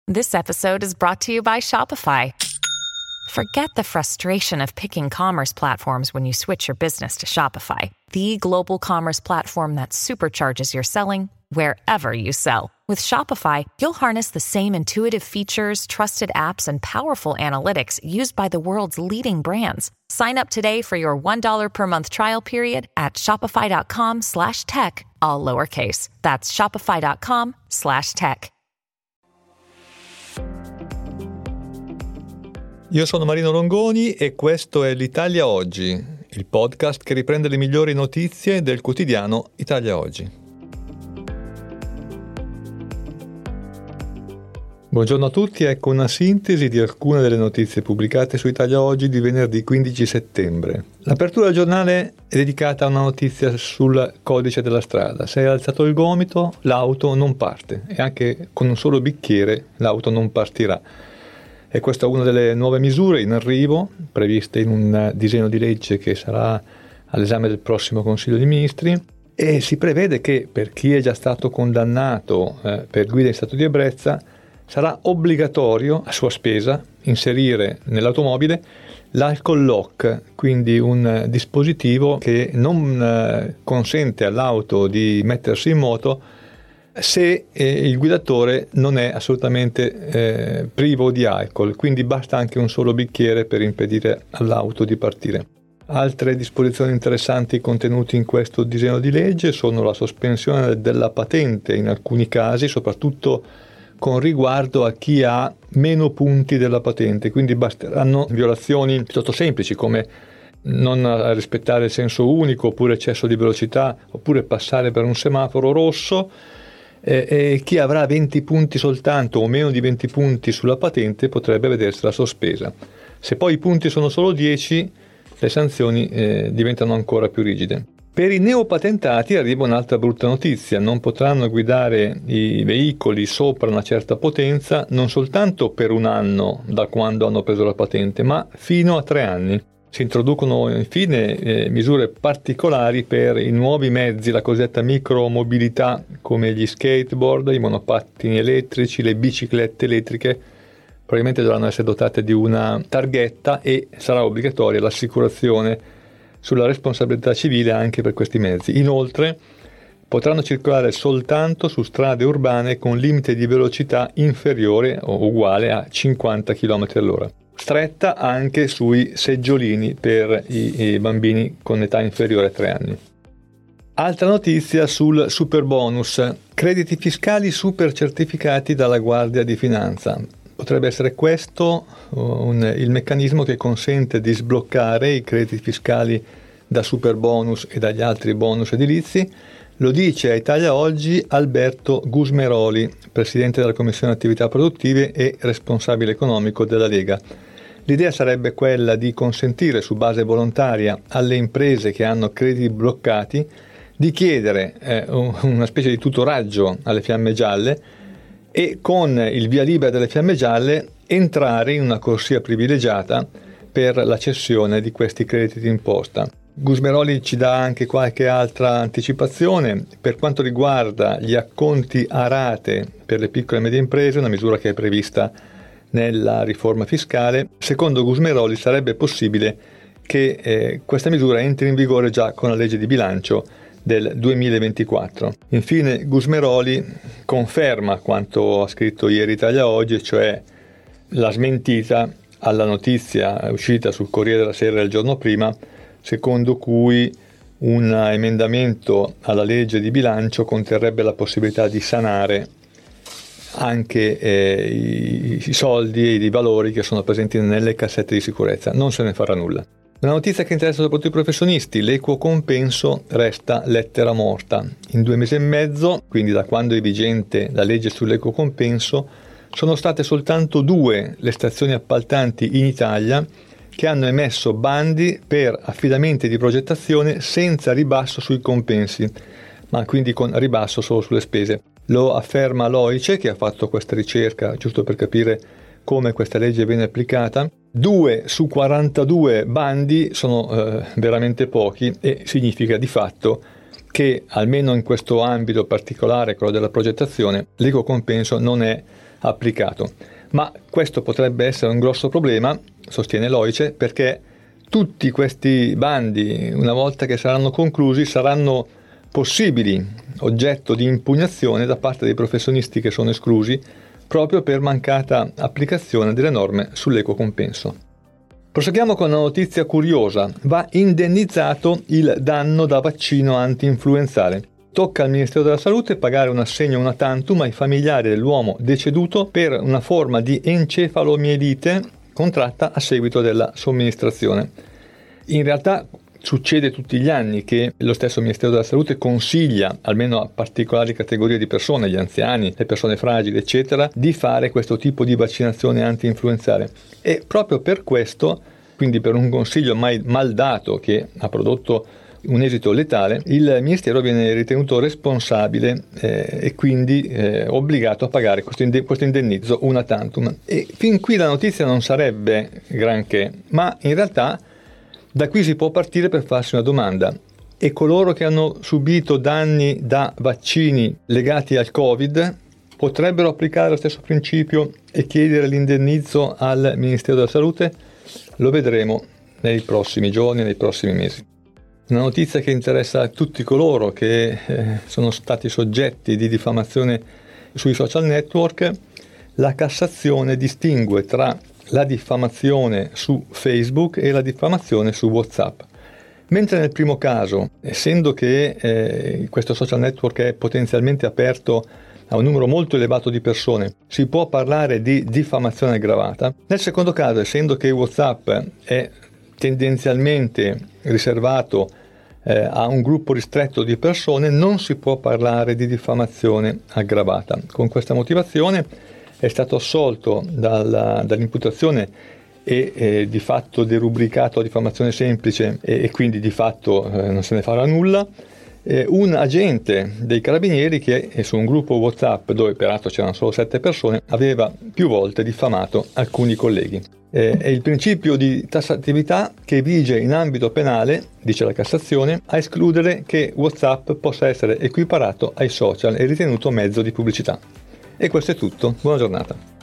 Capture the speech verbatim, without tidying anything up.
This episode is brought to you by Shopify. Forget the frustration of picking commerce platforms when you switch your business to Shopify, the global commerce platform that supercharges your selling wherever you sell. With Shopify, you'll harness the same intuitive features, trusted apps, and powerful analytics used by the world's leading brands. Sign up today for your one dollar per month trial period at shopify.com slash tech, all lowercase. That's shopify.com slash tech. Io sono Marino Longoni e questo è l'Italia Oggi, il podcast che riprende le migliori notizie del quotidiano Italia Oggi. Buongiorno a tutti, ecco una sintesi di alcune delle notizie pubblicate su Italia Oggi di venerdì quindici settembre. L'apertura del giornale è dedicata a una notizia sul codice della strada. Se hai alzato il gomito, l'auto non parte e anche con un solo bicchiere l'auto non partirà. E questa è una delle nuove misure in arrivo, previste in un disegno di legge che sarà all'esame del prossimo Consiglio dei Ministri, e si prevede che per chi è già stato condannato eh, per guida in stato di ebbrezza sarà obbligatorio, a sua spesa, inserire nell'automobile l'alcol lock, quindi un dispositivo che non eh, consente all'auto di mettersi in moto se eh, il guidatore non è assolutamente eh, privo di alcol, quindi basta anche un solo bicchiere per impedire all'auto di partire. Altre disposizioni interessanti contenute in questo disegno di legge sono la sospensione della patente in alcuni casi, soprattutto con riguardo a chi ha meno punti della patente, quindi basteranno violazioni piuttosto semplici come non rispettare il senso unico, oppure eccesso di velocità, oppure passare per un semaforo rosso. E, e chi avrà venti punti soltanto o meno di venti punti sulla patente potrebbe vedersela sospesa. Se poi i punti sono solo dieci, le sanzioni eh, diventano ancora più rigide. Per i neopatentati arriva un'altra brutta notizia: non potranno guidare i veicoli sopra una certa potenza non soltanto per un anno da quando hanno preso la patente, ma fino a tre anni. Si introducono infine eh, misure particolari per i nuovi mezzi, la cosiddetta micromobilità, come gli skateboard, i monopattini elettrici, le biciclette elettriche. Probabilmente dovranno essere dotate di una targhetta e sarà obbligatoria l'assicurazione sulla responsabilità civile anche per questi mezzi. Inoltre potranno circolare soltanto su strade urbane con limite di velocità inferiore o uguale a cinquanta chilometri all'ora. Stretta anche sui seggiolini per i, i bambini con età inferiore a tre anni. Altra notizia sul super bonus: crediti fiscali super certificati dalla Guardia di Finanza. Potrebbe essere questo un, il meccanismo che consente di sbloccare i crediti fiscali da super bonus e dagli altri bonus edilizi. Lo dice a Italia Oggi Alberto Gusmeroli, presidente della Commissione Attività Produttive e responsabile economico della Lega. L'idea sarebbe quella di consentire su base volontaria alle imprese che hanno crediti bloccati di chiedere eh, una specie di tutoraggio alle fiamme gialle e con il via libera delle fiamme gialle entrare in una corsia privilegiata per la cessione di questi crediti d'imposta. Gusmeroli ci dà anche qualche altra anticipazione per quanto riguarda gli acconti a rate per le piccole e medie imprese, una misura che è prevista nella riforma fiscale. Secondo Gusmeroli sarebbe possibile che eh, questa misura entri in vigore già con la legge di bilancio del duemilaventiquattro. Infine Gusmeroli conferma quanto ha scritto ieri Italia Oggi, cioè la smentita alla notizia uscita sul Corriere della Sera il giorno prima, secondo cui un emendamento alla legge di bilancio conterrebbe la possibilità di sanare anche eh, i, i soldi e i valori che sono presenti nelle cassette di sicurezza. Non se ne farà nulla. Una notizia che interessa soprattutto i professionisti: l'equo compenso resta lettera morta. In due mesi e mezzo, quindi da quando è vigente la legge sull'equo compenso, sono state soltanto due le stazioni appaltanti in Italia che hanno emesso bandi per affidamenti di progettazione senza ribasso sui compensi, ma quindi con ribasso solo sulle spese. Lo afferma l'Oice, che ha fatto questa ricerca giusto per capire come questa legge viene applicata. Due su quarantadue bandi sono eh, veramente pochi, e significa di fatto che almeno in questo ambito particolare, quello della progettazione, l'equo compenso non è applicato. Ma questo potrebbe essere un grosso problema, sostiene l'Oice, perché tutti questi bandi, una volta che saranno conclusi, saranno possibili oggetto di impugnazione da parte dei professionisti che sono esclusi, proprio per mancata applicazione delle norme sull'equo compenso. Proseguiamo con una notizia curiosa. Va indennizzato il danno da vaccino anti-influenzale. Tocca al Ministero della Salute pagare un assegno una tantum ai familiari dell'uomo deceduto per una forma di encefalomielite contratta a seguito della somministrazione. In realtà succede tutti gli anni che lo stesso Ministero della Salute consiglia, almeno a particolari categorie di persone, gli anziani, le persone fragili, eccetera, di fare questo tipo di vaccinazione anti-influenzale. E proprio per questo, quindi per un consiglio mai mal dato che ha prodotto un esito letale, il Ministero viene ritenuto responsabile eh, e quindi eh, obbligato a pagare questo, inde- questo indennizzo una tantum. E fin qui la notizia non sarebbe granché, ma in realtà da qui si può partire per farsi una domanda: e coloro che hanno subito danni da vaccini legati al Covid potrebbero applicare lo stesso principio e chiedere l'indennizzo al Ministero della Salute? Lo vedremo nei prossimi giorni, nei prossimi mesi. Una notizia che interessa a tutti coloro che eh, sono stati soggetti di diffamazione sui social network. La Cassazione distingue tra la diffamazione su Facebook e la diffamazione su WhatsApp. Mentre nel primo caso, essendo che eh, questo social network è potenzialmente aperto a un numero molto elevato di persone, si può parlare di diffamazione aggravata, nel secondo caso, essendo che WhatsApp è tendenzialmente riservato eh, a un gruppo ristretto di persone, non si può parlare di diffamazione aggravata. Con questa motivazione è stato assolto dalla, dall'imputazione e eh, di fatto derubricato a diffamazione semplice e, e quindi di fatto eh, non se ne farà nulla, eh, un agente dei carabinieri che eh, su un gruppo WhatsApp, dove peraltro c'erano solo sette persone, aveva più volte diffamato alcuni colleghi. Eh, è il principio di tassatività che vige in ambito penale, dice la Cassazione, a escludere che WhatsApp possa essere equiparato ai social e ritenuto mezzo di pubblicità. E questo è tutto, buona giornata.